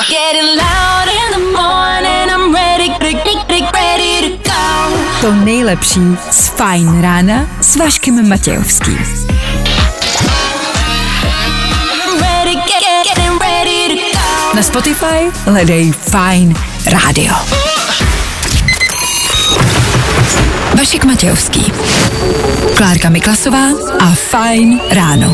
To nejlepší z Fajn rána s Vaškem Matějovským. Na Spotify hledej Fajn rádio. Vašek Matějovský, Klárka Miklasová a Fajn ráno.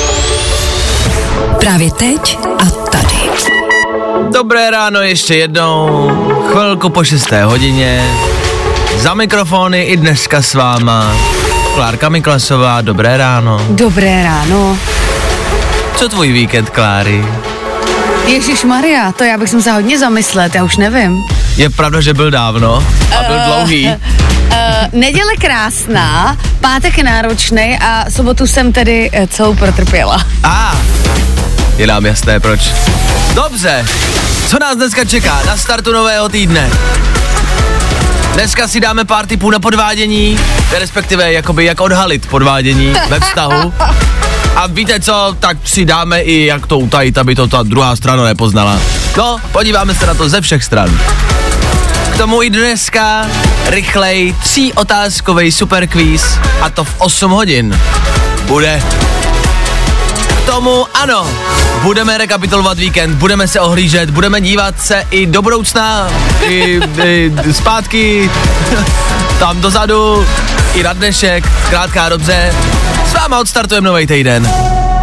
Právě teď a tady. Dobré ráno ještě jednou, chvilku po 6. hodině. Za mikrofony i dneska s váma Klárka Miklasová, dobré ráno. Dobré ráno. Co tvůj víkend, Kláry? Ježišmarja, to já bych se hodně zamyslet, já už nevím. Je pravda, že byl dávno a byl dlouhý. Neděle krásná, pátek náročný a sobotu jsem tedy celou protrpěla. Je nám jasné proč. Dobře, co nás dneska čeká na startu nového týdne? Dneska si dáme pár tipů na podvádění, respektive jakoby jak odhalit podvádění ve vztahu. A víte co, tak si dáme i jak to utajit, aby to ta druhá strana nepoznala. No, podíváme se na to ze všech stran. K tomu i dneska rychlej 3otázkovej superkvíz a to v 8 hodin. Bude. K tomu ano, budeme rekapitulovat víkend, budeme se ohlížet, budeme dívat se i do budoucna, i zpátky, tam dozadu, i na dnešek, zkrátka dobře. S váma odstartujeme nový týden.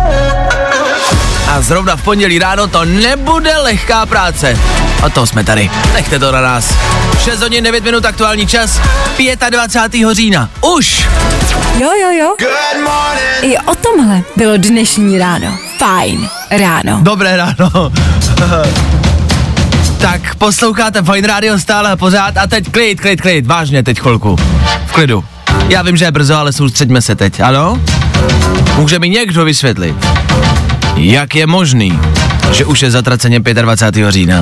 A zrovna v pondělí ráno to nebude lehká práce. Od toho jsme tady. Nechte to na nás. 6 hodin 9 minut aktuální čas. 25. října. Už! Jo. I o tomhle bylo dnešní ráno. Fajn ráno. Dobré ráno. Tak posloucháte Fajn rádio stále a pořád a teď klid. Vážně teď chvilku. V klidu. Já vím, že je brzo, ale soustřeďme se teď, ano? Může mi někdo vysvětlit, jak je možný, že už je zatraceně 25. října?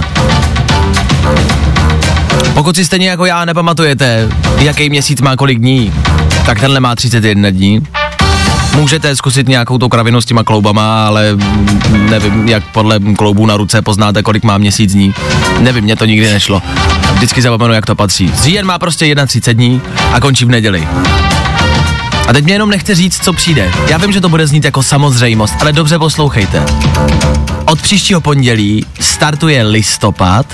Pokud si stejně jako já nepamatujete, jaký měsíc má kolik dní, tak tenhle má 31 dní. Můžete zkusit nějakou tu kravinu s těma kloubama, ale nevím, jak podle kloubů na ruce poznáte, kolik má měsíc dní. Nevím, mně to nikdy nešlo. Vždycky zapomenu, jak to patří. Říjen má prostě 31 dní a končí v neděli. A teď mě jenom nechte říct, co přijde. Já vím, že to bude znít jako samozřejmost, ale dobře poslouchejte. Od příštího pondělí startuje listopad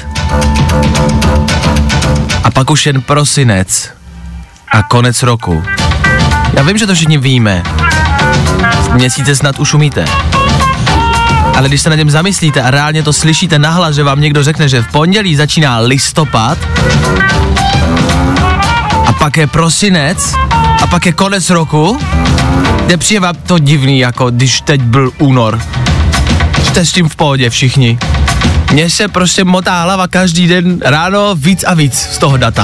a pak už jen prosinec a konec roku. Já vím, že to všichni víme. Měsíce snad už umíte. Ale když se na něm zamyslíte a reálně to slyšíte nahlas, že vám někdo řekne, že v pondělí začíná listopad a pak je prosinec a pak je konec roku, nepřijde vám to divný, jako když teď byl únor. Jste s tím v pohodě všichni. Mně se prostě motá hlava každý den ráno víc a víc z toho data.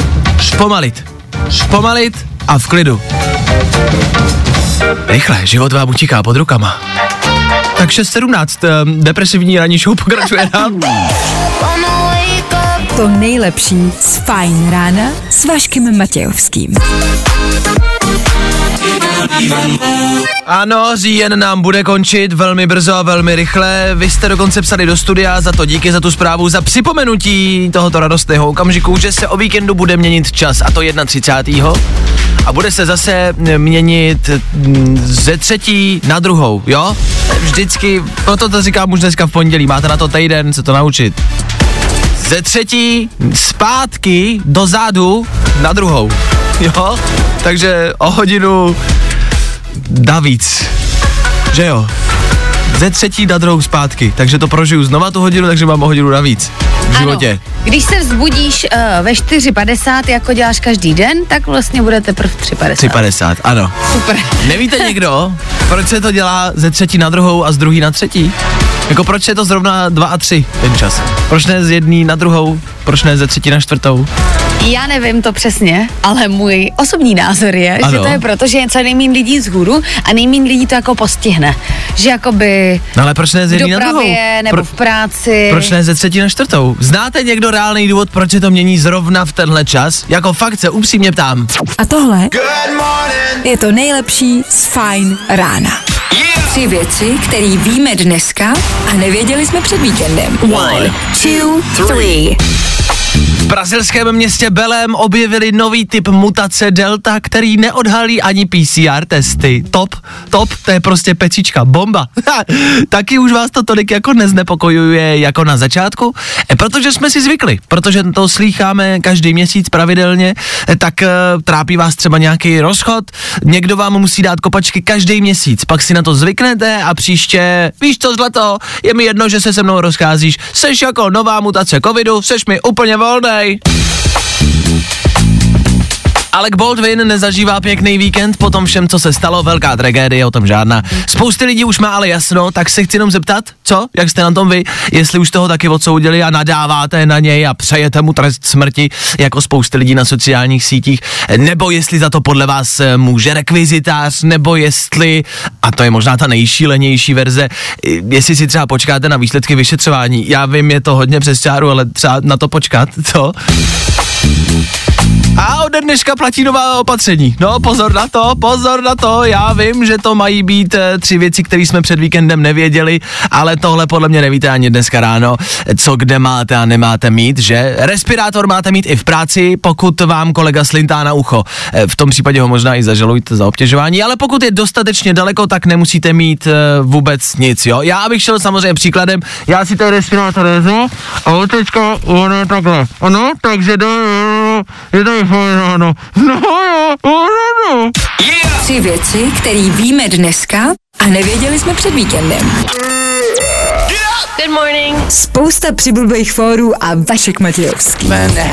Zpomalit a v klidu. Rychle, život vám utíká pod rukama. Tak 6:17, depresivní ranní show pokračuje dál. To nejlepší z Fajn rána s Vaškem Matějovským. Ano, říjen nám bude končit velmi brzo a velmi rychle. Vy jste dokonce psali do studia, za to díky za tu zprávu, za připomenutí tohoto radostného okamžiku, že se o víkendu bude měnit čas, a to 31. A bude se zase měnit ze 3. na 2, jo? Vždycky, proto to říkám už dneska v pondělí, máte na to týden se to naučit. Ze 3. zpátky dozadu na 2, jo? Takže o hodinu navíc, že jo? Ze 3. na 2 zpátky, takže to prožiju znova tu hodinu, takže mám o hodinu navíc v životě. Ano, když se vzbudíš ve 4:50, jako děláš každý den, tak vlastně budete prv 3:50. 3:50, ano. Super. Nevíte někdo, proč se to dělá ze 3. na 2 a z 2. na 3? Jako proč je to zrovna 2 a 3 ten čas? Proč ne z 1. na 2? Proč ne ze 3. na 4? Já nevím to přesně, ale můj osobní názor je, ano, že to je proto, že je co nejméně lidí vzhůru a nejméně lidí to jako postihne. Že jakoby no ale proč ne z 1. na 2? V dopravě nebo v práci. Proč ne ze 3. na 4? Znáte někdo reálný důvod, proč se to mění zrovna v tenhle čas? Jako fakt se upřímně ptám. A tohle je to nejlepší z Fajn rána. Yeah! 3 věci, které víme dneska a nevěděli jsme před víkendem. 1, 2, 3. V brazilském městě Belém objevili nový typ mutace Delta, který neodhalí ani PCR testy. Top, to je prostě pecička, bomba. Taky už vás to tolik jako neznepokojuje jako na začátku, protože jsme si zvykli, protože to slýcháme každý měsíc pravidelně, tak trápí vás třeba nějaký rozchod, někdo vám musí dát kopačky každý měsíc, pak si na to zvyknete a příště, víš co zlato, je mi jedno, že se se mnou rozcházíš, seš jako nová mutace covidu, seš mi úplně volnej. Alec Baldwin nezažívá pěkný víkend po tom všem, co se stalo, velká tragédie, o tom žádná. Spousty lidí už má ale jasno, tak se chci jenom zeptat, co, jak jste na tom vy, jestli už toho taky odsoudili a nadáváte na něj a přejete mu trest smrti, jako spousty lidí na sociálních sítích, nebo jestli za to podle vás může rekvizitář, nebo jestli, a to je možná ta nejšílenější verze, jestli si třeba počkáte na výsledky vyšetřování. Já vím, je to hodně přes čáru, ale třeba na to počkat, co? A ode dneška platí nová opatření. No, pozor na to, já vím, že to mají být 3 věci, které jsme před víkendem nevěděli, ale tohle podle mě nevíte ani dneska ráno, co kde máte a nemáte mít, že? Respirátor máte mít i v práci, pokud vám kolega slintá na ucho. V tom případě ho možná i zažalujte za obtěžování, ale pokud je dostatečně daleko, tak nemusíte mít vůbec nic, jo? Já abych šel samozřejmě příkladem, já si ten respirátor vezmu a teďka ono je takhle, ano, takže je to ráno. No jo. 3 věci, které víme dneska a nevěděli jsme před víkendem. Good morning. Spousta přibulbých fórů a Vašek Matějovský.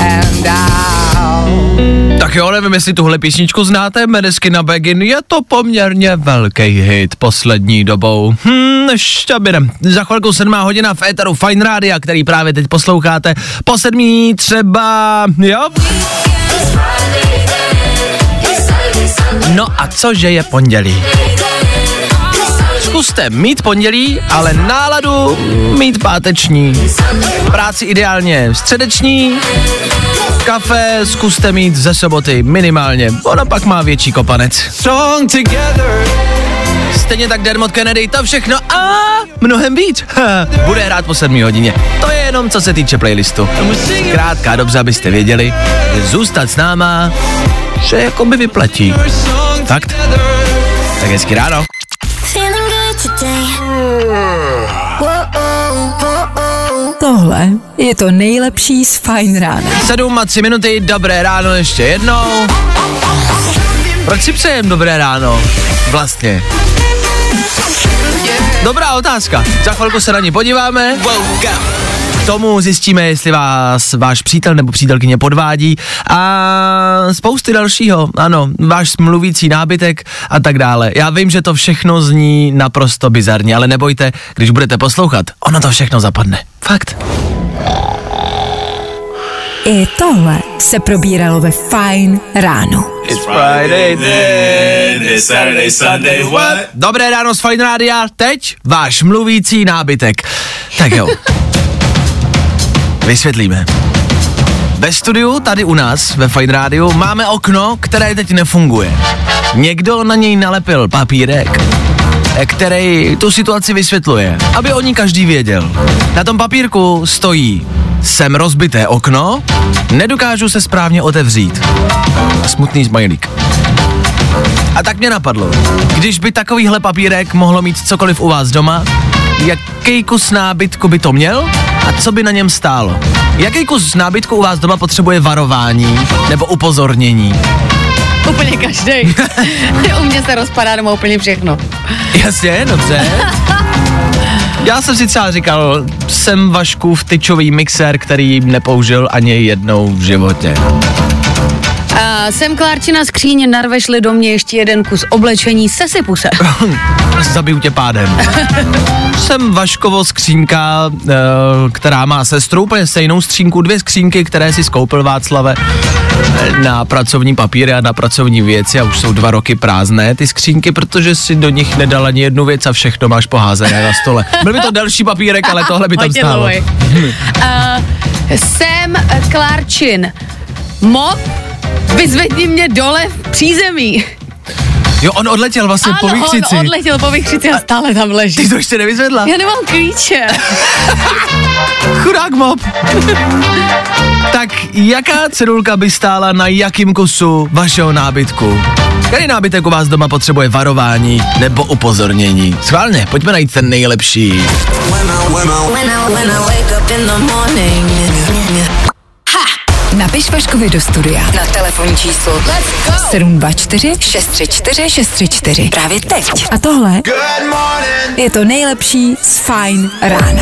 Tak jo, nevím, jestli tuhle písničku znáte, Maneskin Begin, je to poměrně velký hit poslední dobou. Šťabirem. Za chvilku 7 hodina v éteru Fine Rádia, který právě teď posloucháte. Po 7 třeba, jo? No a cože je pondělí? Zkuste mít pondělí, ale náladu mít páteční. Práci ideálně středeční, kafe zkuste mít ze soboty minimálně, ona pak má větší kopanec. Stejně tak Dermot Kennedy, to všechno a mnohem víc bude hrát po 7 hodině. To je jenom co se týče playlistu. Krátka, dobře, abyste věděli, že zůstat s náma se jako by vyplatí. Fakt? Tak hezky ráno. Tohle je to nejlepší z Fajn rána. 7:03, dobré ráno ještě jednou. Proč si přejem dobré ráno? Vlastně. Dobrá otázka. Za chvilku se na ní podíváme. K tomu zjistíme, jestli vás váš přítel nebo přítelkyně podvádí a spousty dalšího, ano, váš mluvící nábytek a tak dále. Já vím, že to všechno zní naprosto bizarně, ale nebojte, když budete poslouchat, ono to všechno zapadne. Fakt. I tohle se probíralo ve Fajn ráno. It's Friday then, it's Saturday, Sunday, what? Dobré ráno z Fajn Rádia, teď váš mluvící nábytek. Tak jo. Vysvětlíme. Ve studiu, tady u nás, ve Fajn Rádiu, máme okno, které teď nefunguje. Někdo na něj nalepil papírek, který tu situaci vysvětluje, aby o ní každý věděl. Na tom papírku stojí: jsem rozbité okno, nedokážu se správně otevřít. Smutný smajlík. A tak mě napadlo, když by takovýhle papírek mohlo mít cokoliv u vás doma, jaký kus nábytku by to měl a co by na něm stálo? Jaký kus nábytku u vás doma potřebuje varování nebo upozornění? Úplně každej. U mě se rozpadá doma úplně všechno. Jasně, dobře. Já jsem si třeba říkal, jsem Vaškův tyčový mixér, který nepoužil ani jednou v životě. Jsem Klárčina skříně, narveš-li do mě ještě jeden kus oblečení, sesypu se. Zabiju tě pádem. Jsem Vaškovo skřínka, která má sestru, úplně stejnou skřínku, 2 skřínky, které si skoupil Václave na pracovní papíry a na pracovní věci a už jsou 2 roky prázdné ty skřínky, protože si do nich nedal ani jednu věc a všechno máš poházené na stole. Byl by to další papírek, ale tohle by tam stálo. Jsem Klárčin. Mop, vyzvedni mě dole v přízemí. Jo, on odletěl vlastně po Výchřici. On odletěl po Výchřici a stále tam leží. Ty to ještě nevyzvedla? Já nemám klíče. Chudák mob. Tak jaká cedulka by stála na jakým kusu vašeho nábytku? Který nábytek u vás doma potřebuje varování nebo upozornění? Schválně, pojďme najít ten nejlepší. Napiš Vaškovi do studia na telefonní číslo 724 634 634 právě teď. A tohle je to nejlepší z Fajn rána.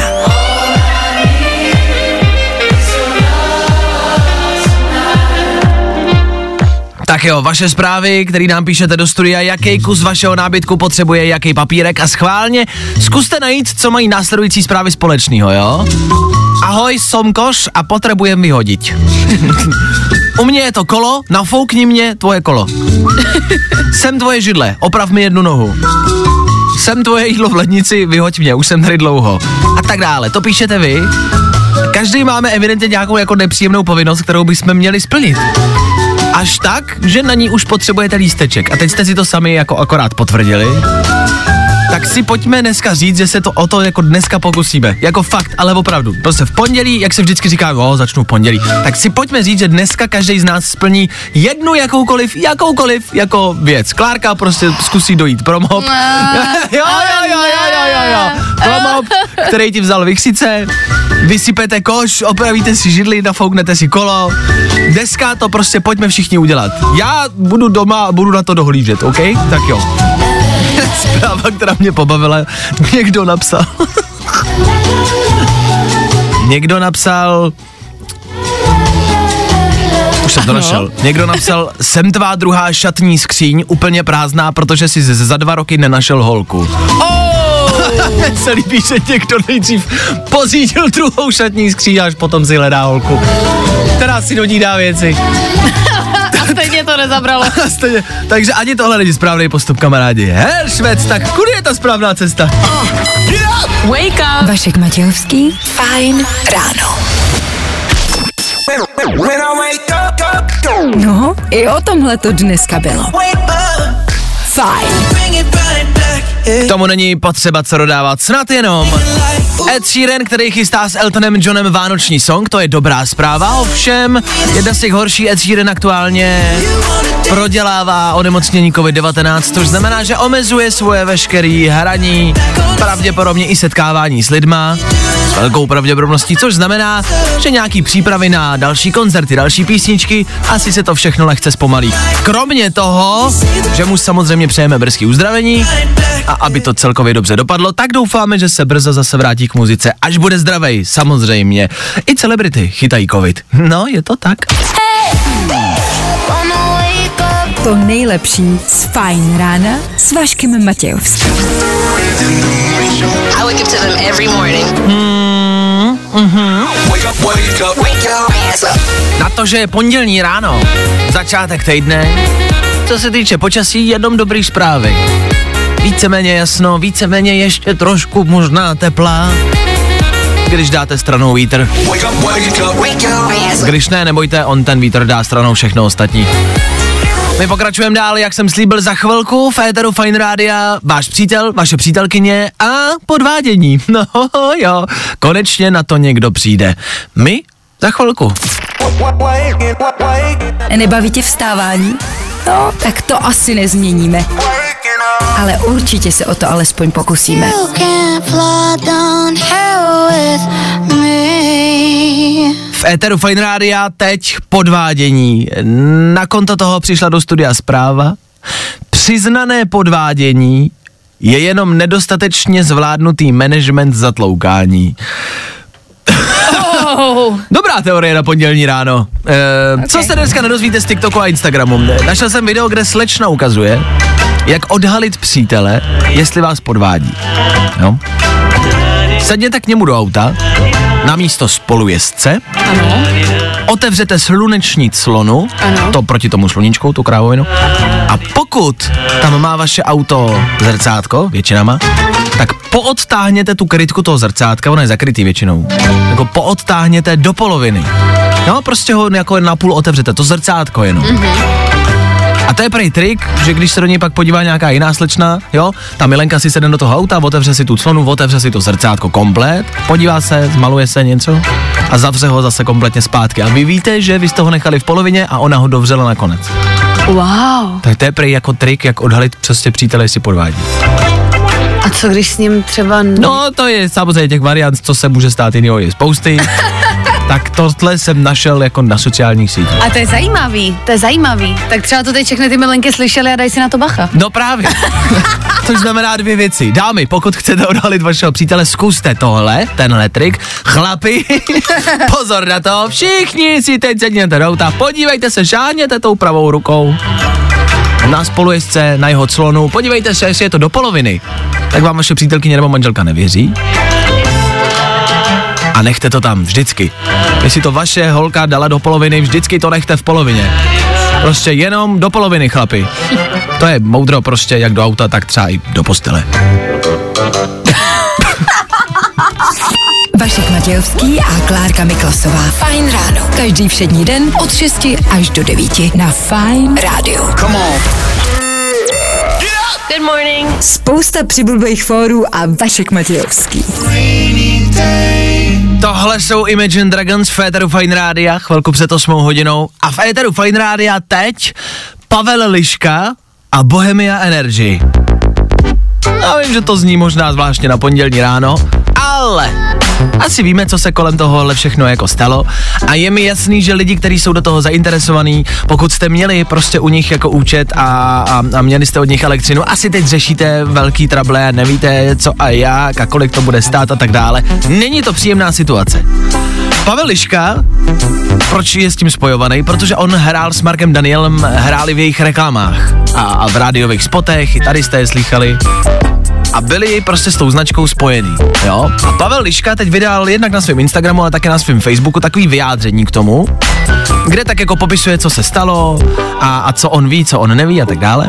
Tak jo, vaše zprávy, který nám píšete do studia, jaký kus vašeho nábytku potřebuje jaký papírek a schválně zkuste najít, co mají následující zprávy společného, jo? Ahoj, som koš a potrebujem vyhodit. U mě je to kolo, nafoukni mě tvoje kolo. Jsem tvoje židle, oprav mi jednu nohu. Jsem tvoje jídlo v lednici, vyhoď mě, už jsem tady dlouho. A tak dále, to píšete vy. Každý máme evidentně nějakou jako nepříjemnou povinnost, kterou bychom měli splnit. Až tak, že na ní už potřebujete lísteček. A teď jste si to sami jako akorát potvrdili. Tak si pojďme dneska říct, že se to o to jako dneska pokusíme. Jako fakt, ale opravdu. Prostě v pondělí, jak se vždycky říká, začnu v pondělí. Tak si pojďme říct, že dneska každý z nás splní jednu jakoukoliv jako věc. Klárka prostě zkusí dojít pro mop. Jo. Pro mop, který ti vzal Výchřice. Vysypete koš, opravíte si židli, nafouknete si kolo. Dneska to prostě pojďme všichni udělat. Já budu doma a budu na to dohlížet, OK? Tak jo. Zpráva, která mě pobavila, někdo napsal, už jsem to našel, někdo napsal, jsem tvá druhá šatní skříň, úplně prázdná, protože si za 2 roky nenašel holku. Se líbí, že někdo nejdřív pořídil druhou šatní skříň, až potom si hledá holku, která si do ní dá věci. A stejně to nezabralo. Takže ani tohle není správný postup, kamarádi. Heršvec, tak kudy je ta správná cesta? Wake up. Vašek Matějovský, Fajn ráno. No, i o tomhle to dneska bylo. Fajn. K tomu není potřeba co dodávat, snad jenom Ed Sheeran, který chystá s Eltonem Johnem vánoční song, to je dobrá zpráva, ovšem jedna z těch horší, Ed Sheeran aktuálně prodělává onemocnění COVID-19, což znamená, že omezuje svoje veškeré hraní, pravděpodobně i setkávání s lidma, s velkou pravděpodobností, což znamená, že nějaký přípravy na další koncerty, další písničky, asi se to všechno lehce zpomalí. Kromě toho, že mu samozřejmě přejeme brzký uzdravení a aby to celkově dobře dopadlo, tak doufáme, že se brzo zase vrátí k muzice, až bude zdravej, samozřejmě. I celebrity chytají covid. No, je to tak. To nejlepší z Fajn rána s Vaškem Matějovským. I wake up to them every morning. Na to, že je pondělní ráno, začátek týdne, co se týče počasí, jenom dobrý zprávy. Víceméně jasno, víceméně ještě trošku možná teplá, když dáte stranou vítr. Když ne, nebojte, on ten vítr dá stranou všechno ostatní. My pokračujeme dál, jak jsem slíbil za chvilku, v éteru Fajn rádia, váš přítel, vaše přítelkyně a podvádění. No jo, konečně na to někdo přijde. My za chvilku. Nebaví tě vstávání? No, tak to asi nezměníme. Ale určitě se o to alespoň pokusíme. V éteru Fajn rádia teď podvádění. Na konto toho přišla do studia zpráva. Přiznané podvádění je jenom nedostatečně zvládnutý management zatloukání. Dobrá teorie na pondělní ráno. Okay. Co se dneska nedozvíte z TikToku a Instagramu? Našel jsem video, kde slečna ukazuje, jak odhalit přítele, jestli vás podvádí. No. Sedněte k němu do auta, na místo spolujezdce, ano. Otevřete sluneční clonu, ano. To proti tomu sluníčku, tu krávovinu, a pokud tam má vaše auto zrcátko, většina má, tak poodtáhněte tu krytku toho zrcátka, ono je zakrytý většinou, jako poodtáhněte do poloviny. No, prostě ho jako napůl otevřete, to zrcátko jenom. A to je prej trik, že když se do něj pak podívá nějaká jiná slečna, jo, ta Milenka si sedne do toho auta, otevře si tu clonu, otevře si to zrcátko komplet, podívá se, zmaluje se něco a zavře ho zase kompletně zpátky. A vy víte, že vy jste ho nechali v polovině a ona ho dovřela nakonec. Wow. Tak to je prej jako trik, jak odhalit prostě přítele, jestli podvádí. A co když s ním třeba... No, to je samozřejmě těch variant, co se může stát jinýho, je spousty. Tak tohle jsem našel jako na sociálních sítích. A to je zajímavý. Tak třeba to teď všechny ty Milenky slyšely a dají si na to bacha. No právě. Což znamená 2 věci. Dámy, pokud chcete odhalit vašeho přítele, zkuste tenhle trik. Chlapi, pozor na to, všichni si teď sedněte do auta, podívejte se, šáhněte tou pravou rukou na spolujezdce, na jeho clonu, podívejte se, jestli je to do poloviny. Tak vám vaše přítelkyně nebo manželka nevěří. A nechte to tam vždycky. Jestli to vaše holka dala do poloviny, vždycky to nechte v polovině. Prostě jenom do poloviny, chlapi. To je moudro prostě jak do auta, tak třeba i do postele. Vašek Matějovský a Klárka Miklasová. Fajn ráno. Každý všední den od 6 až do 9 na Fajn rádiu. Come on. Good morning. Spousta přibulbých fórů a Vašek Matějovský. Tohle jsou Imagine Dragons v éteru Fajn rádia, chvilku před 8 hodinou. A v éteru Fajn rádia teď Pavel Liška a Bohemia Energy. Já vím, že to zní možná zvláštně na pondělní ráno, ale asi víme, co se kolem tohohle všechno jako stalo a je mi jasný, že lidi, kteří jsou do toho zainteresovaní, pokud jste měli prostě u nich jako účet a měli jste od nich elektřinu, asi teď řešíte velký trable a nevíte co a jak a kolik to bude stát a tak dále. Není to příjemná situace. Pavel Liška, proč je s tím spojovaný? Protože on hrál s Markem Danielem, hráli v jejich reklamách a v rádiových spotech, i tady jste je slýchali. A byli prostě s tou značkou spojený, jo? A Pavel Liška teď vydal jednak na svém Instagramu, ale také na svém Facebooku takový vyjádření k tomu, kde tak jako popisuje, co se stalo a co on ví, co on neví a tak dále.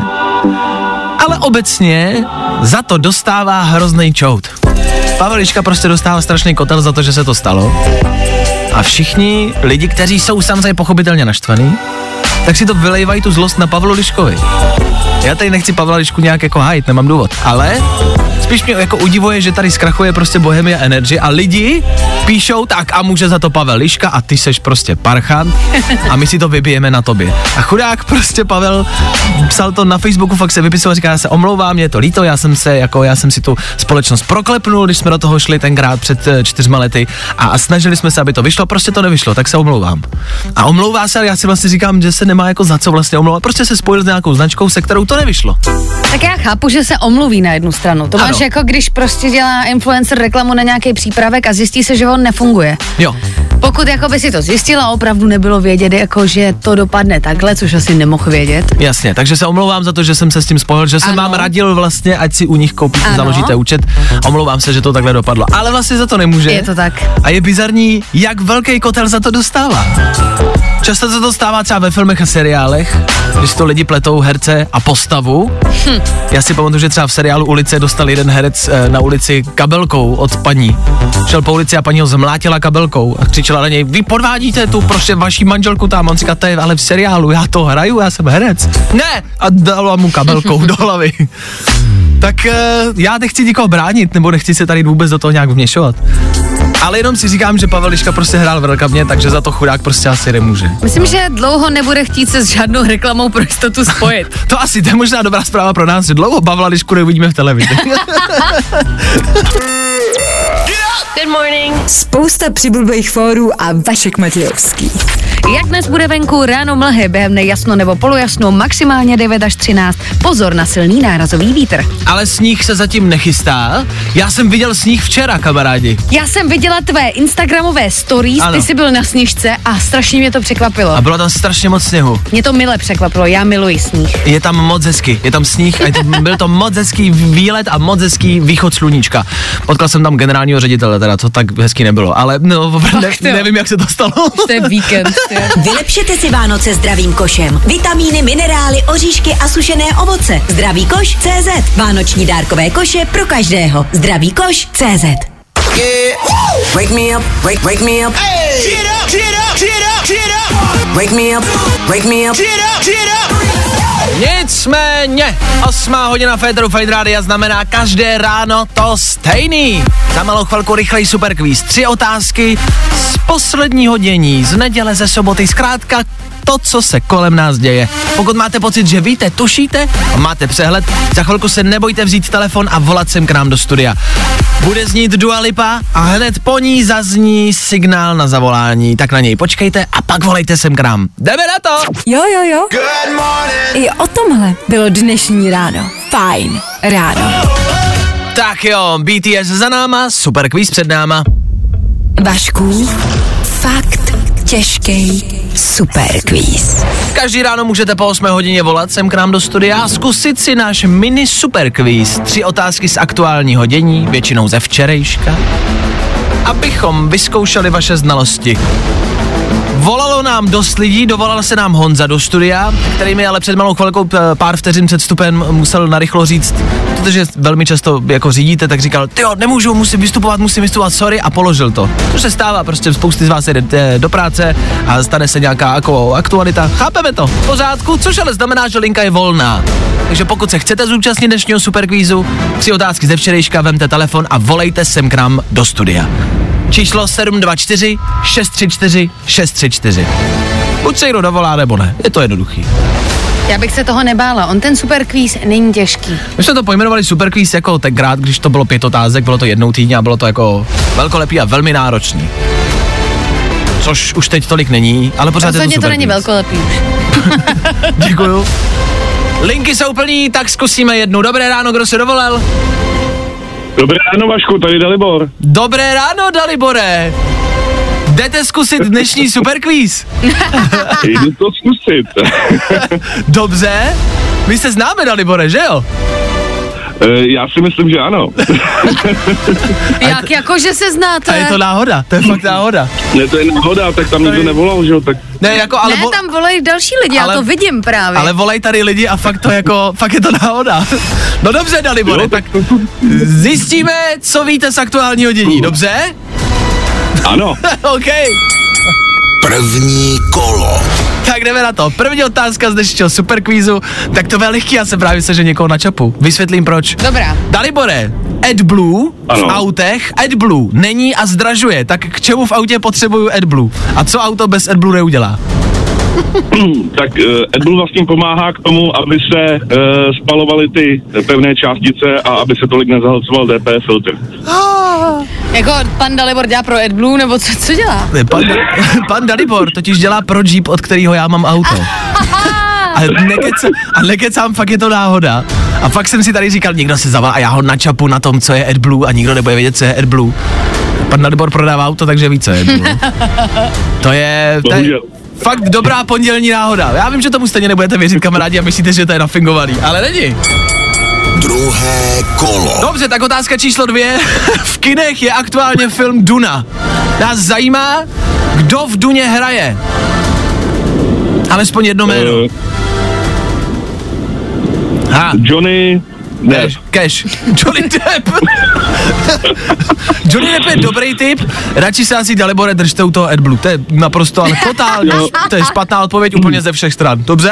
Ale obecně za to dostává hrozný čout. Pavel Liška prostě dostává strašný kotel za to, že se to stalo. A všichni lidi, kteří jsou samozřejmě pochopitelně naštvaný, tak si to vylejvají tu zlost na Pavlu Liškovi. Já tady nechci Pavla Lišku nějak jako hájit, nemám důvod, ale spíš mě jako udivuje, že tady zkrachuje prostě Bohemia Energy a lidi píšou tak a může za to Pavel Liška a ty seš prostě parchant a my si to vybijeme na tobě. A chudák prostě Pavel psal to na Facebooku, fakt se vypisoval, říká, já se omlouvám, mě je to líto, já jsem si tu společnost proklepnul, když jsme do toho šli tenkrát před 4 lety a snažili jsme se, aby to vyšlo, prostě to nevyšlo, tak se omlouvám. A omlouvá se, ale já si vlastně říkám, že se nemá jako za co vlastně omlouvat, prostě se spojil s nějakou značkou, se kterou to nevyšlo. Tak já chápu, že se omluví na jednu stranu. To máš jako když prostě dělá influencer reklamu na nějaký přípravek a zjistí se, že on nefunguje. Jo. Pokud jako by si to zjistila, opravdu nebylo vědět, jako že to dopadne takhle, což asi nemohl vědět. Jasně, takže se omlouvám za to, že jsem se s tím spojil, že jsem vám radil vlastně, ať si u nich koupíte, založíte účet. Omlouvám se, že to takhle dopadlo. Ale vlastně za to nemůže. Je to tak. A je bizarní, jak velký kotel za to dostává. Často se to stává třeba ve filmech a seriálech, když to lidi pletou herce a postavu. Já si pamatuju, že třeba v seriálu Ulice dostal jeden herec na ulici kabelkou od paní. Šel po ulici a paní ho zmlátila kabelkou a křičela na něj, vy podvádíte tu prostě vaší manželku tam. On říká, to je ale v seriálu, já to hraju, já jsem herec. Ne! A dala mu kabelkou do hlavy. Tak já nechci nikoho bránit, nebo nechci se tady vůbec do toho nějak vměšovat. Ale jenom si říkám, že Pavel Liška prostě hrál v reklamě, takže za to chudák prostě asi nemůže. Myslím, že dlouho nebude chtít se s žádnou reklamou pro jistotu spojit. To asi, to je možná dobrá zpráva pro nás, že dlouho Pavla Lišku neuvidíme v televizi. Good morning. Spousta přibulbých fórů a Vašek Matějovský. Jak dnes bude venku, ráno mlhy, během dne jasno nebo polojasno, maximálně 9 až 13. Pozor na silný nárazový vítr. Ale sníh se zatím nechystá. Já jsem viděl sníh včera, kamarádi. Já jsem viděla tvé instagramové stories, ty jsi byl na snížce a strašně mě to překvapilo. A bylo tam strašně moc sněhu. Mě to mile překvapilo, já miluji sníh. Je tam moc hezky, je tam sníh a byl to moc hezký výlet a moc hezký východ sluníčka. Potkal jsem tam generálního ředitele, teda to tak hezký nebylo, ale no, nevím, jak se to stalo. To je víkend. Vylepšete si Vánoce zdravým košem. Vitamíny, minerály, oříšky a sušené ovoce. Zdravý koš.cz. Vánoční dárkové koše pro každého. Zdravý koš.cz. Wake me up, wake me up. Hey. Get up, get up, get up, get up. Wake me up, wake me up. Get up, get up. Nicméně, 8 hodina Féteru Fajn Rádia znamená každé ráno to stejný. Za malou chvilku rychlej superkvíz. 3 otázky z posledního dění, z neděle, ze soboty, zkrátka to, co se kolem nás děje. Pokud máte pocit, že víte, tušíte a máte přehled, za chvilku se nebojte vzít telefon a volat sem k nám do studia. Bude znít Dua Lipa a hned po ní zazní signál na zavolání, tak na něj počkejte a pak volejte sem k nám. Jdeme na to! Jo. Good morning. I o tomhle bylo dnešní ráno. Fajn ráno. Tak jo, BTS za náma, superkvíz před náma. Vašku, fakt těžký superkvíz. Každý ráno můžete po 8 hodině volat sem k nám do studia a zkusit si náš mini superkvíz. 3 otázky z aktuálního dění, většinou ze včerejška, abychom vyzkoušeli vaše znalosti. Volalo nám dost lidí, dovolal se nám Honza do studia, který mi ale před malou chvilkou pár vteřin před vstupem musel narychlo říct, protože velmi často jako řídíte, tak říkal, tyjo, nemůžu, musím vystupovat, sorry, a položil to. To se stává, prostě spousty z vás jde do práce a stane se nějaká jako aktualita. Chápeme to, v pořádku, což ale znamená, že linka je volná. Takže pokud se chcete zúčastnit dnešního superkvízu, 3 otázky ze včerejška, vemte telefon a volejte sem k nám do studia. Číslo 724 634 634. Buď se někdo dovolá, nebo ne. Je to jednoduchý. Já bych se toho nebála. On ten superkvíz není těžký. My jsme to pojmenovali superkvíz jako tenkrát, když to bylo 5 otázek, bylo to jednou týdně a bylo to jako velkolepý a velmi náročný. Což už teď tolik není, ale pořád je to superkvíz. To není velkolepý už. Děkuju. Linky jsou plný, tak zkusíme jednu. Dobré ráno, kdo se dovolal? Dobré ráno, Vašku, tady Dalibor. Dobré ráno, Dalibore. Jdete zkusit dnešní superkvíz? Jdu to zkusit. Dobře. My se známe, Dalibore, že jo? Já si myslím, že ano. Jak jako, že se znáte? A je to náhoda, to je fakt náhoda. Ne, to je náhoda, tak tam nikdo nevolal, že jo, tak... Ne, jako, ale tam volají další lidi, ale, já to vidím právě. Ale volají tady lidi a fakt to jako, fakt je to náhoda. No dobře, Dalibore, jo, tak zjistíme, co víte z aktuálního dění, dobře? Ano. OK. První kolo. Tak jdeme na to. První otázka z dnešního superkvízu. Tak to bude lehký, já se právě sežen někoho načapu. Vysvětlím proč. Dobrá. Dalibore, AdBlue ano. V autech, AdBlue není a zdražuje. Tak k čemu v autě potřebuju AdBlue? A co auto bez AdBlue neudělá? Tak AdBlue vlastně pomáhá k tomu, aby se spalovaly ty pevné částice a aby se tolik nezahlcoval DPF filtr. Jako pan Dalibor dělá pro AdBlue, nebo co dělá? Ne, pan Dalibor totiž dělá pro Jeep, od kterého já mám auto. A nekecám, fakt je to náhoda. A fakt jsem si tady říkal, někdo se zavolá a já ho načapu na tom, co je AdBlue a nikdo nebude vědět, co je AdBlue. Pan Dalibor prodává auto, takže ví, co je AdBlue. To je fakt dobrá pondělní náhoda. Já vím, že tomu stejně nebudete věřit, kamarádi, a myslíte, že to je nafingovaný, ale není. Druhé kolo. Dobře, tak otázka číslo 2. V kinech je aktuálně film Duna. Nás zajímá, kdo v Duně hraje. Alespoň jedno jméno. Johnny Depp. Cash. Johnny Depp. Johnny Depp je dobrý tip. Radši se asi, Dalibore, držte u toho AdBlue. To je naprosto, ale totálně. To je špatná odpověď úplně ze všech stran. Dobře?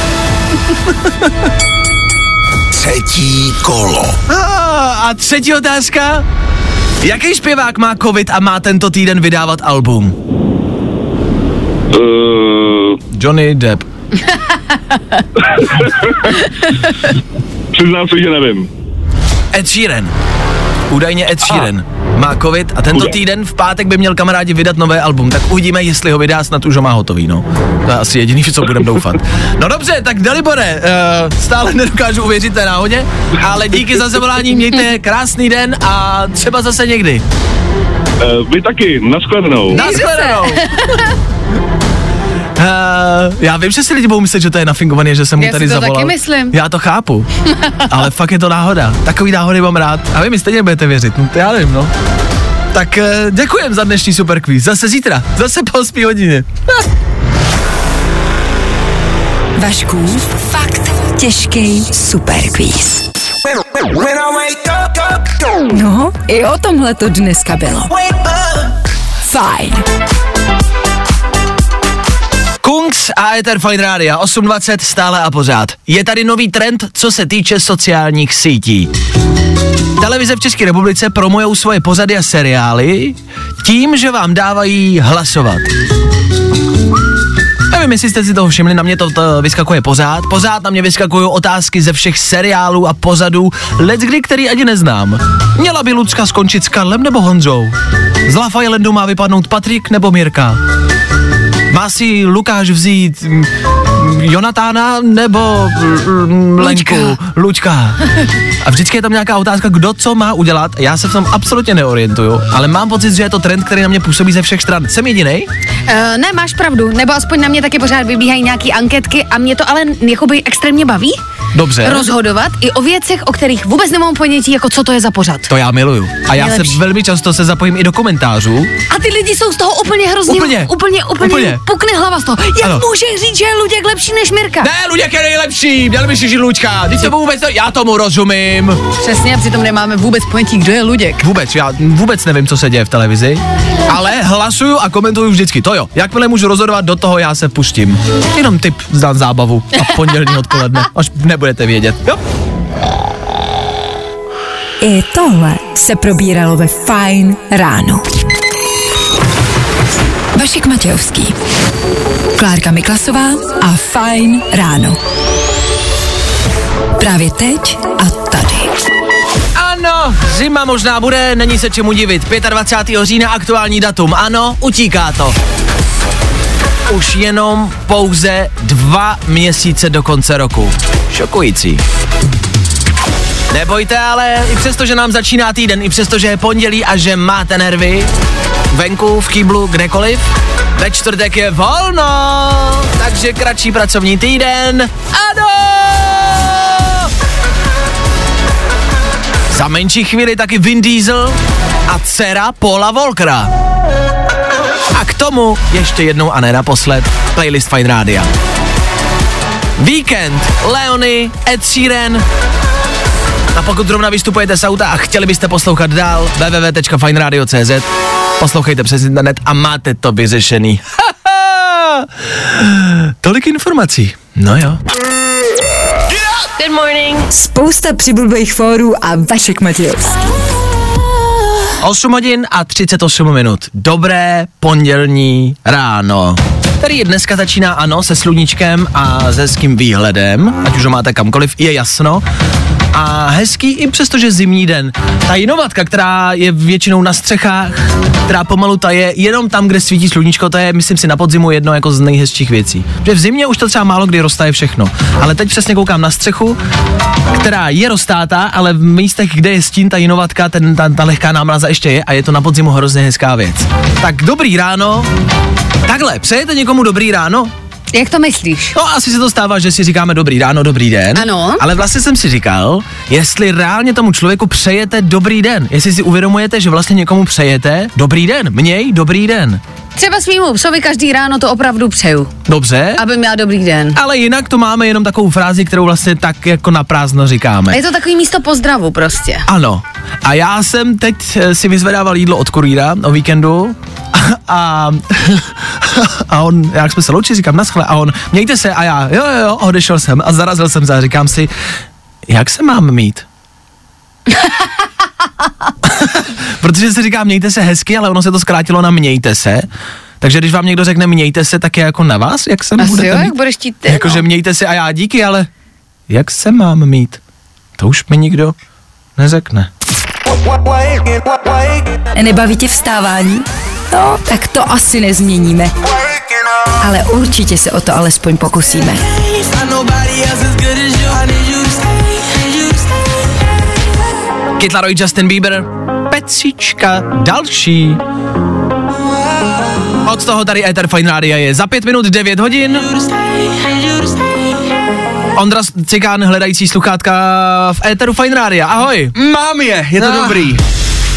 Třetí kolo. A třetí otázka. Jaký zpěvák má covid a má tento týden vydávat album? Johnny Depp. Přiznám se, že nevím. Ed Sheeran. Údajně Ed Sheeran má covid a tento týden v pátek by měl kamarádi vydat nové album, tak uvidíme, jestli ho vydá, snad už ho má hotový, no. To je asi jediný, co budeme doufat. No dobře, tak Dalibore, stále nedokážu uvěřit té náhodě, ale díky za zavolání, mějte krásný den a třeba zase někdy. Vy taky, nashledanou. Nashledanou. Já vím, že si lidi budou myslet, že to je nafingovaný, že jsem mu tady zavolal. Já si to taky myslím. Já to chápu, ale fakt je to náhoda. Takový náhody mám rád. A vy mi stejně budete věřit, no to já nevím, no. Tak děkujem za dnešní superkvíz. Zase zítra, zase po 8 hodině. Vašků, fakt těžký superkvíz. No, i o tomhle to dneska bylo. Fajn. Kungs a Éter Fajn Rádia, 8:20 stále a pořád. Je tady nový trend, co se týče sociálních sítí. Televize v České republice promujou svoje pořady a seriály tím, že vám dávají hlasovat. Nevím, jestli jste si toho všimli, na mě to vyskakuje pořád. Pořád na mě vyskakují otázky ze všech seriálů a pořadů, leckdy, který ani neznám. Měla by Lucka skončit s Karlem nebo Honzou? Z Love Islandu má vypadnout Patrik nebo Mirka? Má si Lukáš vzít Jonatána nebo Lenku? Lučka. A vždycky je tam nějaká otázka, kdo co má udělat. Já se v tom absolutně neorientuju, ale mám pocit, že je to trend, který na mě působí ze všech stran. Jsem jedinej? Ne, máš pravdu, nebo aspoň na mě taky pořád vybíhají nějaký anketky a mě to ale jakoby extrémně baví. Dobře. Rozhodovat i o věcech, o kterých vůbec nemám ponětí, jako co to je za pořad. To já miluju. A já se velmi často se zapojím i do komentářů. A ty lidi jsou z toho úplně hrozně. Úplně. Pukne hlava z toho. Jak může říct, že je Luděk lepší než Mirka? Ne, Luděk je nejlepší, měl by si žít Lučka. Ty to vůbec, já tomu rozumím. Přesně, a přitom nemáme vůbec ponětí, kdo je Luděk. Já vůbec nevím, co se děje v televizi, ale hlasuju a komentuju vždycky. To jo, jakmile můžu rozhodovat, do toho já se pustím. Jenom tip na zábavu a pondělní odpoledne, až nebudete vědět. Jo? I tohle se probíralo ve Fajn ráno. Vašek Matějovský, Klárka Miklasová a Fajn ráno. Právě teď a tady. Ano, zima možná bude, není se čemu divit. 25. října aktuální datum, ano, utíká to. Už jenom pouze 2 měsíce do konce roku. Šokující. Nebojte ale, i přesto, že nám začíná týden, i přesto, že je pondělí a že máte nervy, venku, v kýblu, kdekoliv, ve čtvrtek je volno, takže kratší pracovní týden. Ano! Za menší chvíli taky Vin Diesel a dcera Paula Walkera. A k tomu ještě jednou a ne naposled playlist Fajn Rádia. Víkend, Leony, Ed Sheeran. A pokud zrovna vystupujete z auta a chtěli byste poslouchat dál, www.fajnradio.cz, poslouchejte přes internet a máte to vyřešený. Tolik informací. No jo. Good morning. Spousta přibulbých fórů a Vašek Matějovský. 8 hodin a 38 minut. Dobré pondělní ráno. Který dneska začíná, ano, se sluníčkem a s hezkým výhledem, ať už ho máte kamkoliv, je jasno. A hezký i přesto, že zimní den. Ta jinovatka, která je většinou na střechách, která pomalu taje jenom tam, kde svítí sluníčko, to je, myslím si, na podzimu jedno jako z nejhezčích věcí. Že v zimě už to třeba málo kdy roztaje všechno. Ale teď přesně koukám na střechu, která je roztátá, ale v místech, kde je stín, ta jinovatka, ta lehká námraza ještě je a je to na podzimu hrozně hezká věc. Tak dobrý ráno. Takhle, přejete někomu dobrý ráno? Jak to myslíš? No, asi se to stává, že si říkáme dobrý ráno, dobrý den. Ano. Ale vlastně jsem si říkal, jestli reálně tomu člověku přejete dobrý den. Jestli si uvědomujete, že vlastně někomu přejete dobrý den. Měj dobrý den. Třeba svýmu psovi každý ráno to opravdu přeju. Dobře. Aby měl dobrý den. Ale jinak to máme jenom takovou frázi, kterou vlastně tak jako na prázdno říkáme. Je to takový místo pozdravu prostě. Ano. A já jsem teď si vyzvedával jídlo od kurýra o víkendu a on, jak jsme se loučili, říkám naschle a on, mějte se a já, jo, odešel jsem a zarazil jsem se a říkám si, jak se mám mít? Protože se říká mějte se hezky, ale ono se to zkrátilo na mějte se. Takže když vám někdo řekne mějte se, tak je jako na vás, jak se budete jo, mít? jak budeš chtít ty, Jakože mějte se a já díky, ale jak se mám mít? To už mi nikdo neřekne. Nebaví tě vstávání? No, tak to asi nezměníme. Ale určitě se o to alespoň pokusíme. Kid Laroi, Justin Bieber, pecička, další. Od toho tady Éter Fajn Rádia je za 5 minut 9 hodin. Ondra Cikán, hledající sluchátka v Éteru Fajn Rádia. Ahoj. Mám je to dobrý.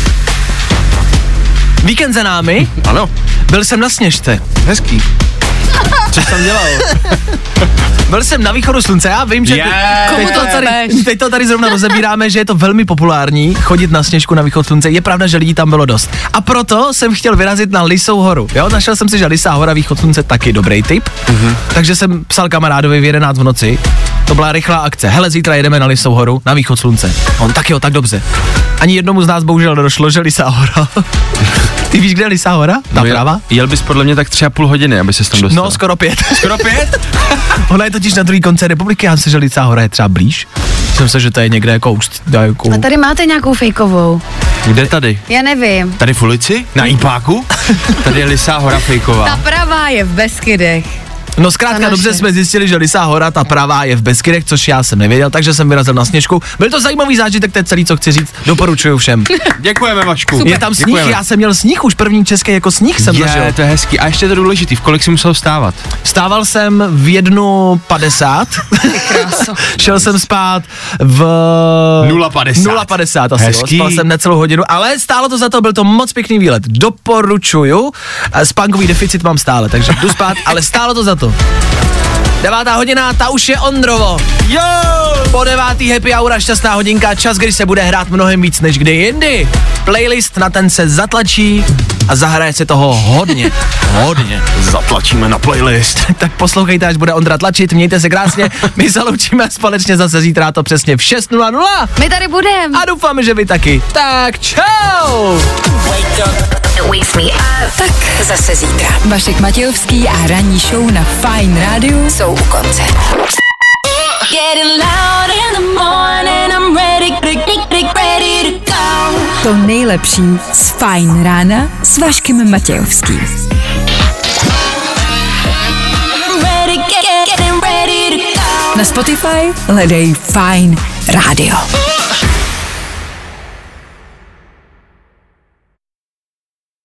Víkend za námi. Ano. Byl jsem na Sněžce. Hezký. Co jsi tam dělal? Byl jsem na východu slunce, já vím, že teď to tady zrovna rozebíráme, že je to velmi populární chodit na Sněžku na východ slunce. Je pravda, že lidí tam bylo dost. A proto jsem chtěl vyrazit na Lisou horu. Jo, našel jsem si, že Lisá hora, východ slunce taky dobrý tip. Takže jsem psal kamarádovi v 11 v noci. To byla rychlá akce. Hele, zítra jedeme na Lisou horu, na východ slunce. On tak jo, tak dobře. Ani jednomu z nás bohužel nedošlo, že Lisá hora. Ty víš, kde je Lisá hora? Ta práva? Jel bys podle mě tak 3,5 hodiny, aby se tam dostal. No, skoro 5. Skoro 5? Ona je totiž na druhý konci republiky, já myslím, že Lisá hora je třeba blíž. Myslím si, že to je někde jako A tady máte nějakou fejkovou. Kde tady? Já nevím. Tady v ulici? Na Ipáku? Tady je Lisá hora fejková. Ta pravá je v Beskydech. No zkrátka dobře jsme zjistili, že Lisá hora, ta pravá, je v Beskydech, což já jsem nevěděl, takže jsem vyrazil na Sněžku. Byl to zajímavý zážitek, to je celý, co chci říct, doporučuju všem. Děkujeme, Vašku. Super. Je tam sníh, já jsem měl sníh, už první český jako sníh jsem zažil. To je hezký. A ještě to důležitý, v kolik jsi musel vstávat? Vstával jsem v 1:50. Šel jsem spát v 0:50 asi. Hezký. Spal jsem necelou hodinu, ale stálo to za to, byl to moc pěkný výlet. Doporučuju. Spánkový deficit mám stále, takže jdu spát, ale stálo to za to. 9. hodina, ta už je Ondrovo. Jo! Po 9. happy hour a šťastná hodinka, čas, kdy se bude hrát mnohem víc než kdy jindy. Playlist, na ten se zatlačí a zahraje se toho hodně. Zatlačíme na playlist. Tak poslouchejte, až bude Ondra tlačit, mějte se krásně, my se loučíme společně zase zítra, to přesně v 6:00. My tady budeme. A doufáme, že vy taky. Tak čau! Tak zase zítra. Vašek Matějovský a ranní show na Fine Radio jsou u konce. To nejlepší z Fine rána s Vaškem Matějovským. Na Spotify hledej Fine Radio.